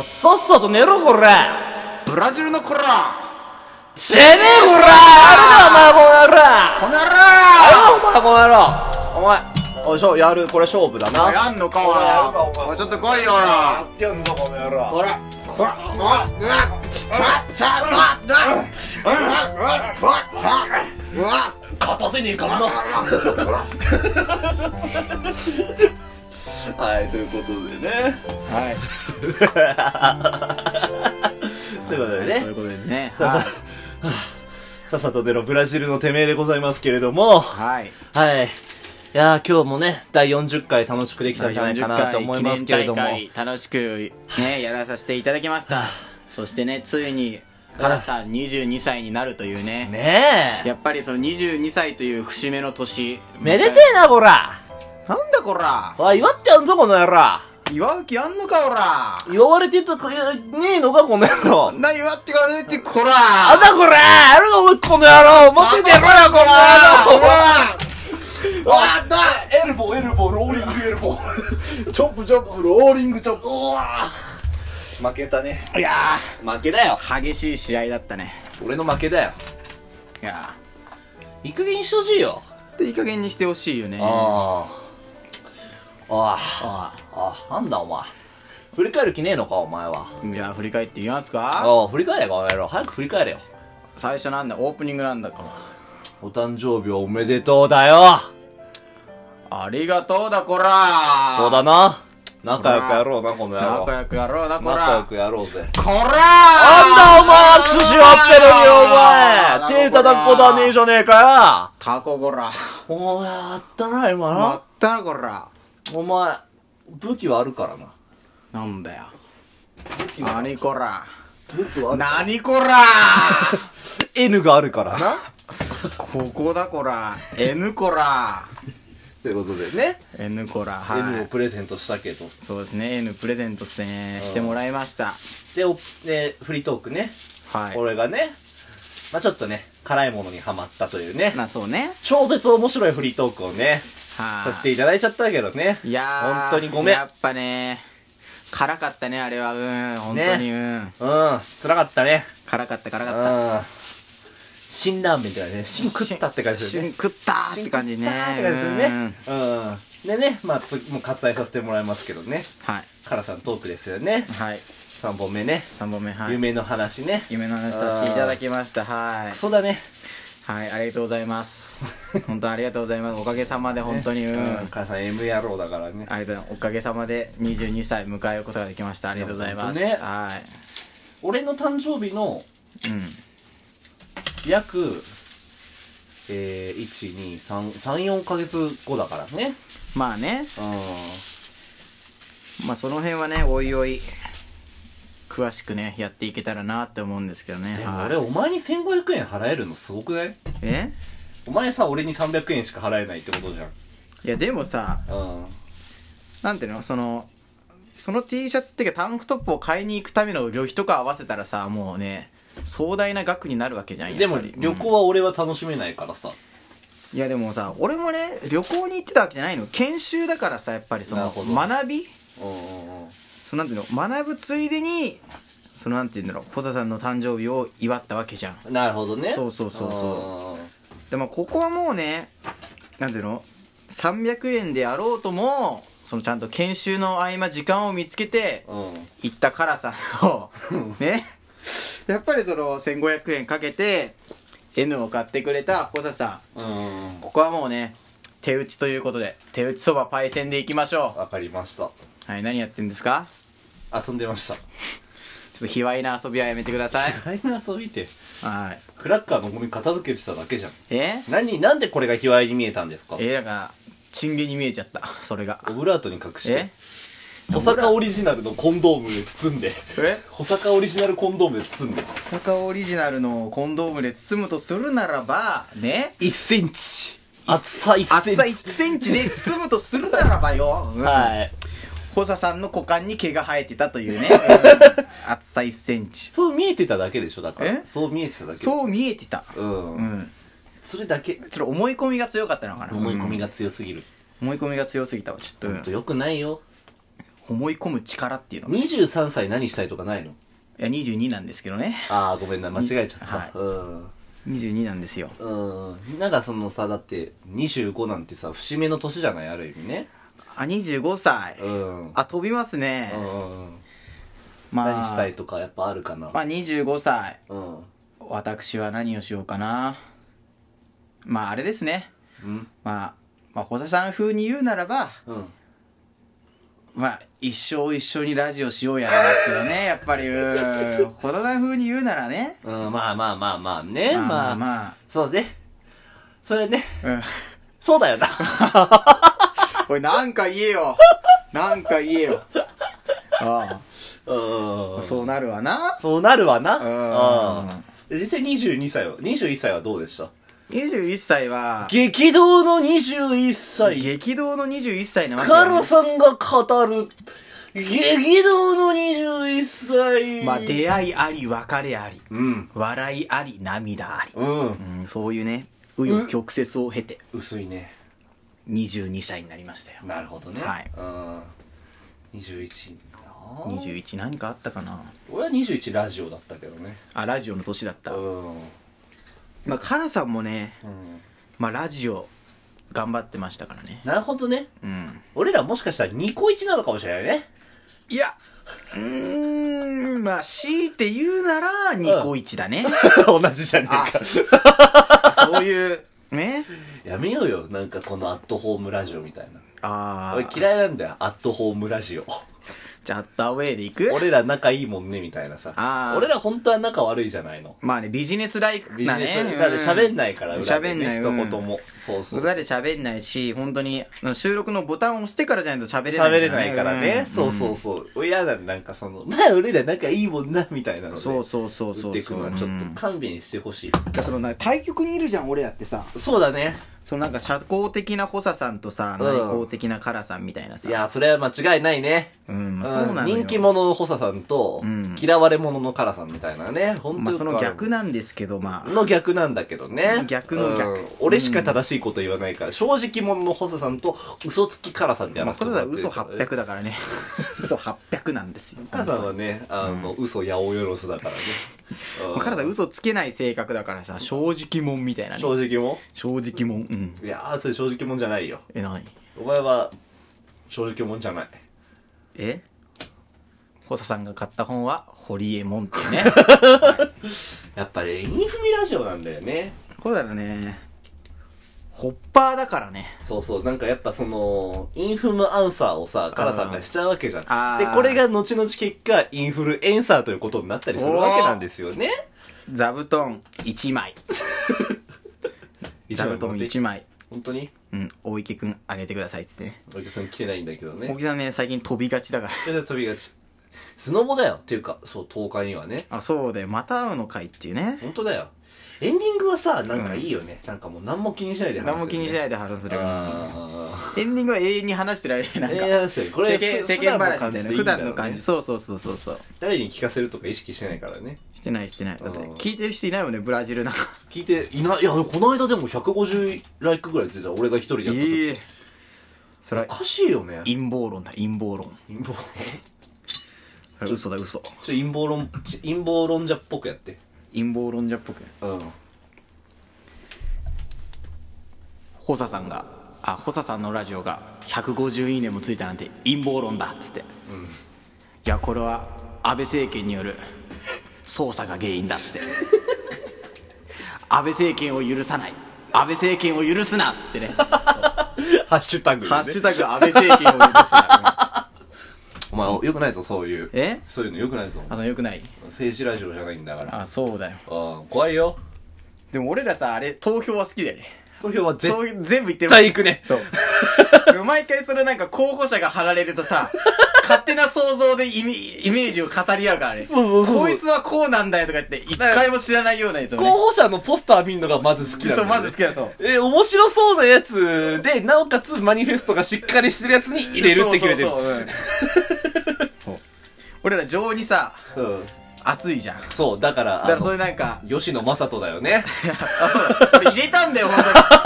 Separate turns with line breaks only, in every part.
さっさと寝ろこら。
ブラジルのこら。
てめえこら、やるなお前この野郎。
この野郎。
お前この野郎。お前やる、これ勝負だな。
やんのかおら。おいちょっと来いよおら。
やってんのこの野郎。
こらこらうわうわうわ
勝たせねえからな。はい、ということでね。
はい
ということでね。
そういうことでね。
さっさと出ろブラジルのてめえでございますけれども。
はい。
はい。いやー、今日もね、第40回楽しくできたんじゃないかなと思いますけれども。
記念大会楽しくね、やらさせていただきました。そしてね、ついに、カラさん22歳になるというね。
ねえ。
やっぱりその22歳という節目の年。
めでてえな、こら。
なんだこら。
おい、祝ってやんぞ、この野郎。
祝う気あんのかおら。
祝われてたか、ねえのか、この野郎。
な、祝ってかねえってこら。
あんだこらやるの、この野郎。待っててやろや、この野郎。
あった
エルボー、ローリングエルボー。
チョップチョップ、ローリングチョップ。
負けたね。
いや
負けだよ。
ー、激しい試合だったね。
俺の負けだよ。
いや
いい加減にしてほしいよ。
ー、いい加減にしてほしいよね。
なんだお前。振り返る気ねえのか、お前は。
じゃあ振り返っていきますか。
振り返れ、この野郎。早く振り返れよ。
最初なんだ、オープニングなんだから。
お誕生日おめでとうだよ。
ありがとうだこら。
そうだな。仲良くやろうな、この野郎。
仲良くやろうなこら。
仲良くやろうぜ。
こらー。
なんだお前、握手し合ってるにお前。手叩くことはねえじゃねえかよ。
タコこら。
お前、あったな、今
ま
な。
ったなこら。
お前、武器はあるからな。
なんだよ。
武器は
何こら。
武器はある。
何こら。
N があるからな。
ここだこら。N こら。
ということでね。
N こら。はい。
N をプレゼントしたけど。
そうですね。N プレゼントしてね、してもらいました。
で、フリートークね。
はい。
これがね、まあちょっとね、辛いものにハマったというね。
まあそうね。
超絶面白いフリートークをね、
は
させていただいちゃったけどね。
いやー、
本当にごめん。
やっぱね、辛かったね、あれは。本当に。
辛かったね。
辛かった、辛かった。
辛ラーメンって感じね。辛食ったって感じですよね。
辛食ったーって感じね。
辛食ったって感じですよね。でね、まあ、もう割愛させてもらいますけどね。
はい。
カラさんトークですよね。
はい。
3本目ね。
3本目、はい。
夢の話ね。
夢の話させていただきました。はい。
クソだね。
はい、ありがとうございます。本当ありがとうございます。おかげさまで本当に、
カラさん M 野郎だからね。
ありがとうございます。おかげさまで22歳迎えることができました。ありがとうございます。
ね。
はい。
俺の誕生日の、約、1、2、3、4ヶ月後だからね。
まあね。まあその辺はね、おいおい、詳しくね、やっていけたらなって思うんですけどね。
俺、お前に1500円払えるのすごくない？
え？
お前さ、俺に300円しか払えないってことじゃん。
いや、でもさ、なんていうの、その T シャツっていうかタンクトップを買いに行くための旅費とか合わせたらさ、もうね、壮大な額になるわけじゃん。
でも旅行は俺は楽しめないからさ。
いやでもさ、俺もね、旅行に行ってたわけじゃないの。研修だからさ、やっぱりその学び、なんていうの、学ぶついでになんていうんだろう、ポタさんの誕生日を祝ったわけじゃん。
なるほどね。
そうでもここはもうね、なんていうの、300円であろうともちゃんと研修の合間時間を見つけて行ったカラさんをね、やっぱり1500円かけて N を買ってくれたポタさん、ここはもうね、手打ちということで、手打ちそばパイセンでいきましょう。
わかりました。
はい。何やってんですか？
遊んでました。
ちょっと卑猥な遊びはやめてください。
卑猥な遊びって。
はい。
クラッカーのゴミ片付けてただけじゃん。なんでこれが卑猥に見えたんですか？
なんかチンゲに見えちゃった。それが
オブラートに隠して保坂オリジナルのコンドームで包んで、保坂オリジナルコンドームで包んで、
保坂オリジナルのコンドームで包むとするならばね、
1センチ厚さ1センチ
厚さ1センチで包むとするならばよ、
はい、
保坂さんの股間に毛が生えてたというね、厚さ1センチ。
そう見えてただけでしょ。だからそう見えてただけ。
そう見えてた。
それだけ。
ちょっと思い込みが強かったのかな。
思い込みが強すぎる。
思い込みが強すぎたわ。ちょっと
ほんとよくないよ。
思い込む力っていうのが。
23歳何したいとかないの？
いや、22なんですけどね。
ああ、ごめんな、間違えちゃった。
はい
うん。
22なんですよ。
なんかそのさ、だって、25なんてさ、節目の年じゃない、ある意味ね。
あ、25歳。あ、飛びますね。
まあ、何したいとかやっぱあるかな。
まあ、25歳。私は何をしようかな。まあ、あれですね。まあ、ホサさん風に言うならば、まあ、一生一緒にラジオしようやなんですけどね、やっぱり、ホサさん風に言うならね。
まあね、まあ、そうね。それね。そうだよな。
おい、なんか言えよ。なんか言えよ。ああ。そうなるわな。
そうなるわな。実際22歳は、21歳はどうでした
？21歳は、
激動の21歳。
激動の21歳なわけ
カロさんが語る、激動の21歳。
まあ、出会いあり、別れあり、笑いあり、涙あり。そういうね、紆余曲折を経て。
薄いね。
22歳になりましたよ。
なるほどね。
はい。
21。
21何かあったかな。
俺は21ラジオだったけどね。
あ、ラジオの年だった。まあ、カラさんもね、まあ、ラジオ頑張ってましたからね。
なるほどね。俺らもしかしたら2個1なのかもしれないね。
いや、まあ、強いて言うなら2個1だね。
同じじゃねえ
か。そういう、ね。
やめようよ、なんかこのアットホームラジオみたいな。俺
あ
嫌いなんだよ、アットホームラジオ。
じゃあ、アットアウェイで行く？
俺ら仲いいもんね、みたいなさ。俺ら本当は仲悪いじゃないの。
まあね、ビジネスライクなね。
だって喋んないから、
喋んない。
一言も。そうそう。
裏で喋んないし、本当に、収録のボタンを押してからじゃないと喋れない。
喋れないからね。そうそうそう。嫌だ、なんかその、まあ俺ら仲いいもんな、みたいなので。
そうそうそうそう。
打ってくのはちょっと勘弁してほしい。
その、対局にいるじゃん、俺らってさ。
そうだね。
そのなんか社交的な補佐さんとさ、内向的なカラさんみたいなさ。
いや、それは間違いないね。
そうなのよ。
人気者の補佐さんと、嫌われ者のカラさんみたいなね。本当に。
まあその逆なんですけど、まあ。
の逆なんだけどね。
逆の逆。
俺しか正しいこと言わないから、正直者の補佐さんと、嘘つきカラさんってやらせてもらってる。
嘘800だからね。嘘800なんですよ。
カラさんはね、嘘やおよろすだからね。
カラさん嘘つけない性格だからさ、正直者みたいなね。
正直者？
正直者。
いやー、それ正直者じゃないよ。
何？
お前は、正直者じゃない。
補佐さんが買った本は、ホリエモンっていうね。
やっぱね、インフミラジオなんだよね。
そうだよね。ホッパーだからね。
そうそう、なんかやっぱその、インフムアンサーをさ、カラさんがしちゃうわけじゃん。で、これが後々結果、インフルエンサーということになったりするわけなんですよね。
座布団1枚。座布団1枚。
本当に？
大池くんあげてくださいっつってね。
大池さん来てないんだけどね。
大池さんね、最近飛びがちだから。
飛びがち。スノボだよ。っていうか、そう、10日にはね。
あ、そうだよ。また会うの会っていうね。
本当だよ。エンディングはさ、なんかいいよね。なんかもう何も気にしないで話す。
何も気にしないで話する。エンディングは永遠に話してられない。なんか、
これ
世間話みたいな。普段の感じ。そう。
誰に聞かせるとか意識してないからね。
してない。だって聞いてる人いないよね、ブラジルなんか。
聞いていない。いや、この間でも150ライクぐらいついた。俺が一人でやった時。それおかしいよね。
陰謀論だ、陰謀論。それ嘘だ、嘘。
陰謀論者っぽくやって。
陰謀論者っぽく。補佐さんのラジオが150いいねもついたなんて陰謀論だっつって。いや、これは安倍政権による捜査が原因だっつって。安倍政権を許さない。安倍政権を許すなっつってね。
ハッシュタグね。
ハッシュタグ安倍政権を許すな。
お前、よくないぞ、そういう。そういうのよくないぞ。
よくない。
政治ラジオじゃないんだから。
そうだよ。
怖いよ。
でも俺らさ、あれ、投票は好きだよね。
投票は全部
言ってる。
絶対行くね。
そう。毎回それなんか候補者が貼られるとさ、勝手な想像でイメージを語り合うからね。こいつはこうなんだよとか言って、一回も知らないようなやつをね。
候補者のポスター見るのがまず好きなんだよね。
そう、まず好きだそう。
面白そうなやつで、なおかつマニフェストがしっかりしてるやつに入れるって決めてる。
そう俺ら情にさ、熱いじゃん。
そう、だから
それなんか、
吉野正人だよね。
そうだ。これ入れたんだよ、本当に。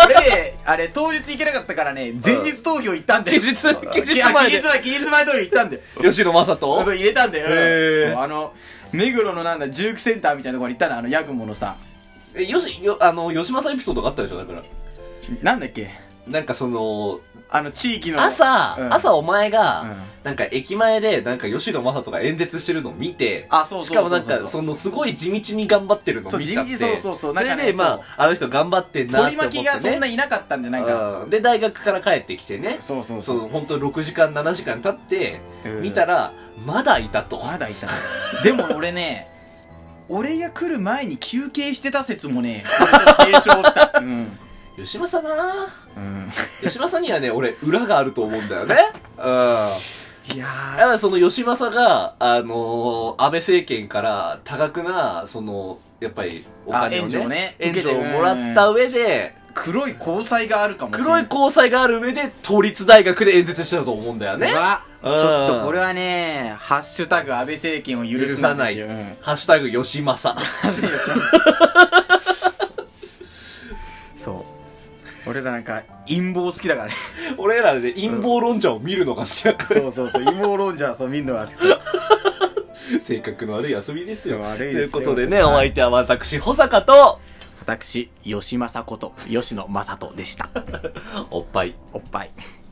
俺ね、あれ、当日行けなかったからね、前日投票行ったんだよ。
期日前
投票行ったんだよ。
吉野正人
そう、入れたんだよ。そう、目黒のなんだ、ジュークセンターみたいなところに行ったの、ヤグモのさ。
吉正エピソードがあったでしょ、だから。
なんだっけ、
なんかその、
地域の。
朝お前が、なんか駅前で、なんか吉野正人が演説してるのを見て、しかもなんか、すごい地道に頑張ってるのを見ちゃって、それで、まあ、あの人頑張ってんなって思って、ね。
取り巻きがそんないなかったんで、なんか。
で、大学から帰ってきてね、本当6時間、7時間経って、見たら、まだいたと。
まだいた。でも俺ね、俺が来る前に休憩してた説もね、継承した。
吉正な吉正にはね、俺、裏があると思うんだよね。いやー。だからその吉正が、安倍政権から多額な、やっぱり、お金をね、援助をもらった上で、
黒い交際があるかもしれない。
黒い交際がある上で、都立大学で演説してたと思うんだよね。
ちょっとこれはね、ハッシュタグ安倍政権を許さない。
ハッシュタグ吉正。
そう。俺らなんか陰謀好きだからね。
俺らで陰謀論者を見るのが好きだから。
そう陰謀論者見るのが好き。
性格の悪い遊びですよ。
悪いですよ。
ということでね、お相手は私、保坂と、
私、吉正こと、吉野正人でした。
おっぱい。
おっぱい。